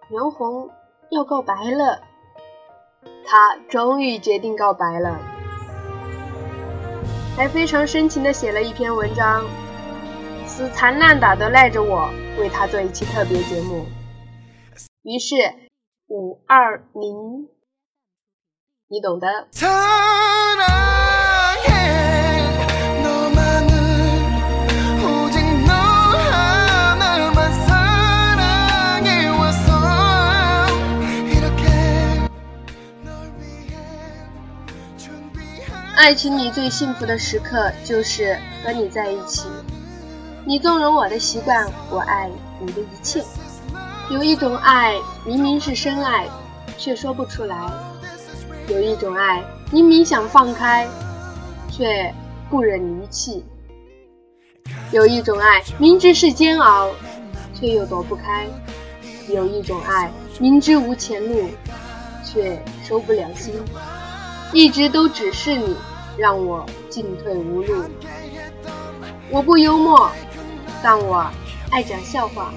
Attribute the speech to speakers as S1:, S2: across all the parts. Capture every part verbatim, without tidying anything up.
S1: 袁弘要告白了，他终于决定告白了，还非常深情地写了一篇文章，死缠烂打地赖着我为他做一期特别节目。于是五二零，你懂的。爱情里最幸福的时刻就是和你在一起，你纵容我的习惯，我爱你的一切。有一种爱明明是深爱，却说不出来；有一种爱明明想放开，却不忍离弃；有一种爱明知是煎熬，却又躲不开；有一种爱明知无前路，却收不了心。一直都只是你让我进退无路。我不幽默，但我爱讲笑话，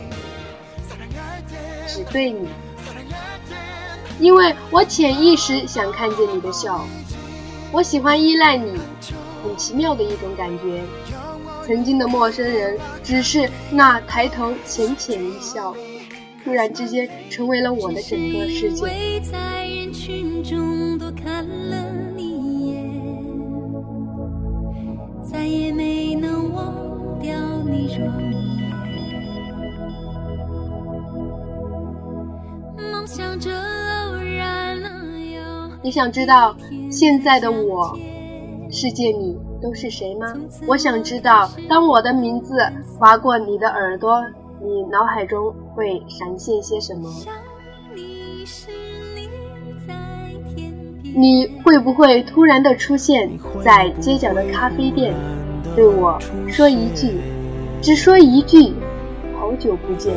S1: 只对你，因为我潜意识想看见你的笑。我喜欢依赖你，很奇妙的一种感觉。曾经的陌生人，只是那抬头浅浅一笑，突然之间成为了我的整个世界。
S2: 在人群中多看了你一眼，再也没能忘掉你容颜，梦想着偶然能有。
S1: 你想知道现在的我世界里都是谁吗？我想知道当我的名字划过你的耳朵，你脑海中会闪现些什么？你会不会突然的出现在街角的咖啡店，对我说一句，只说一句，好久不见。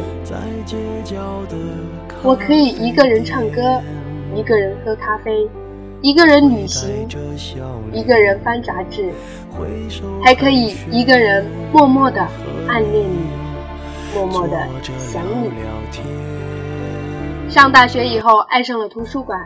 S1: 我可以一个人唱歌，一个人喝咖啡，一个人旅行，一个人翻杂志，还可以一个人默默地暗恋你，默默地想你。上大学以后爱上了图书馆，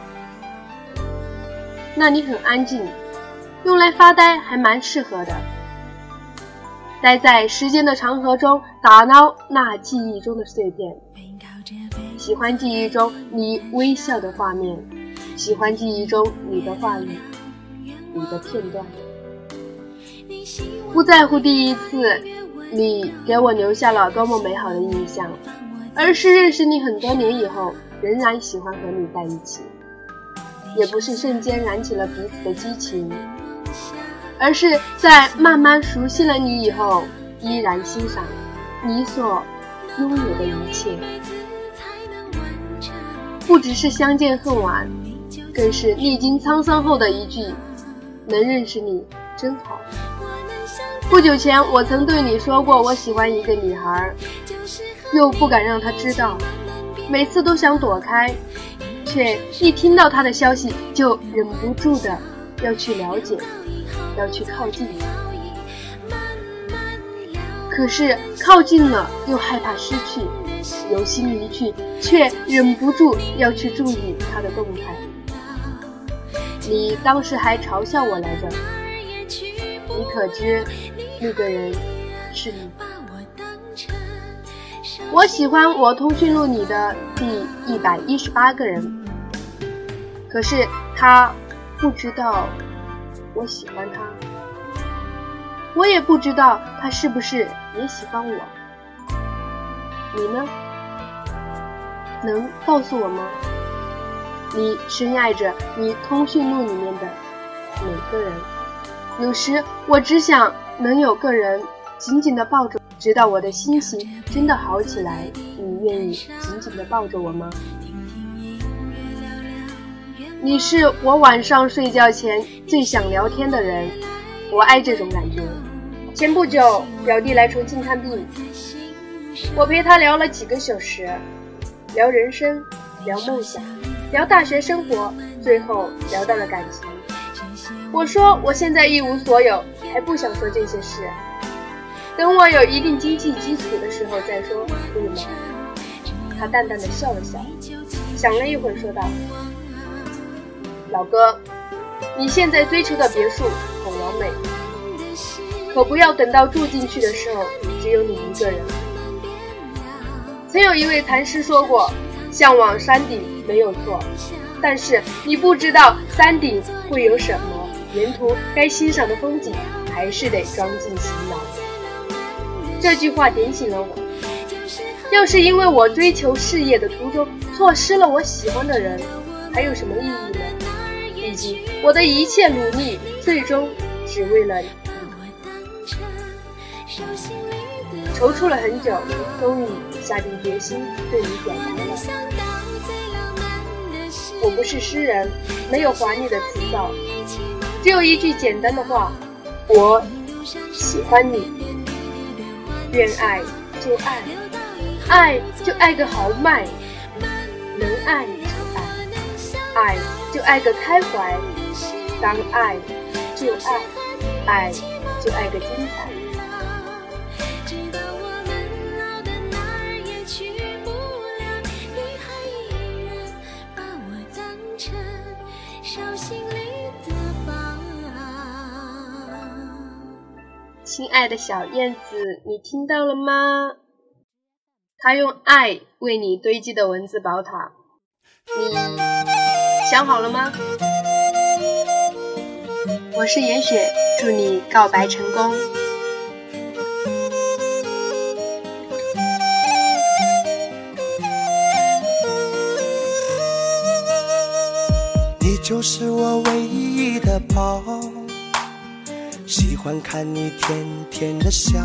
S1: 那里很安静，用来发呆还蛮适合的。待在时间的长河中，打捞那记忆中的碎片。喜欢记忆中你微笑的画面，喜欢记忆中你的话语，你的片段。不在乎第一次你给我留下了多么美好的印象，而是认识你很多年以后仍然喜欢和你在一起。也不是瞬间燃起了彼此的激情，而是在慢慢熟悉了你以后依然欣赏你所拥有的一切。不只是相见恨晚，更是历经沧桑后的一句能认识你真好。不久前我曾对你说过我喜欢一个女孩，又不敢让她知道，每次都想躲开，却一听到她的消息就忍不住的要去了解，要去靠近。可是靠近了又害怕失去，有心离去却忍不住要去注意她的动态。你当时还嘲笑我来着，你可知那个人是你。我喜欢我通讯录里的第一百一十八个人，可是他不知道我喜欢他，我也不知道他是不是也喜欢我。你呢？能告诉我吗？你深爱着你通讯录里面的每个人。有时我只想能有个人紧紧地抱着，直到我的心情真的好起来。你愿意紧紧地抱着我吗？你是我晚上睡觉前最想聊天的人，我爱这种感觉。前不久表弟来重庆看病，我陪他聊了几个小时，聊人生，聊梦想，聊大学生活，最后聊到了感情。我说我现在一无所有，还不想说这些事，等我有一定经济基础的时候再说，可以吗？ 他淡淡的笑了笑，想了一会儿说道：老哥，你现在追求的别墅很完美，可不要等到住进去的时候只有你一个人。曾有一位禅师说过，向往山顶没有错，但是你不知道山顶会有什么，沿途该欣赏的风景还是得装进行囊。这句话点醒了我，要是因为我追求事业的途中错失了我喜欢的人，还有什么意义呢？毕竟我的一切努力最终只为了你。踌躇了很久，终于下定决心对你表白了。我不是诗人，没有华丽的辞藻，只有一句简单的话：我喜欢你。愿爱就爱，爱就爱个豪迈，能爱就爱，爱就爱个开怀，当爱就爱，爱就爱个精彩。亲爱的小燕子，你听到了吗？他用爱为你堆积的文字宝塔，你想好了吗？我是严雪，祝你告白成功。
S3: 你就是我唯一的宝，喜欢看你甜甜的笑，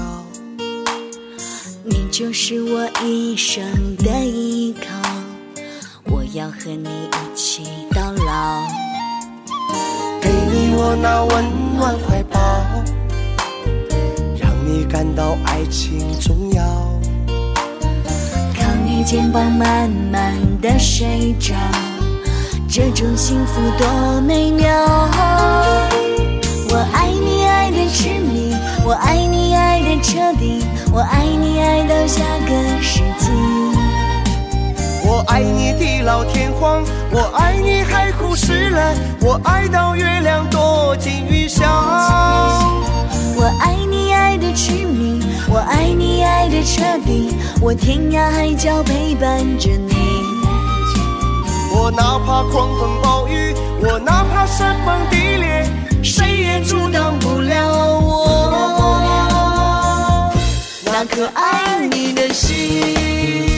S2: 你就是我一生的依靠，我要和你一起到老。
S3: 给你我那温暖怀抱，让你感到爱情重要，
S2: 靠你肩膀慢慢的睡着，这种幸福多美妙。我爱你爱的痴迷，我爱你爱的彻底，我爱你爱到下个世纪。
S3: 我爱你地老天荒，我爱你海枯石烂，我爱到月亮多金鱼笑。
S2: 我爱你爱的痴迷，我爱你爱的彻底，我天涯海角陪伴着你。
S3: 我哪怕狂风暴雨，我哪怕山崩地裂，谁也阻挡不了我那颗爱你的心。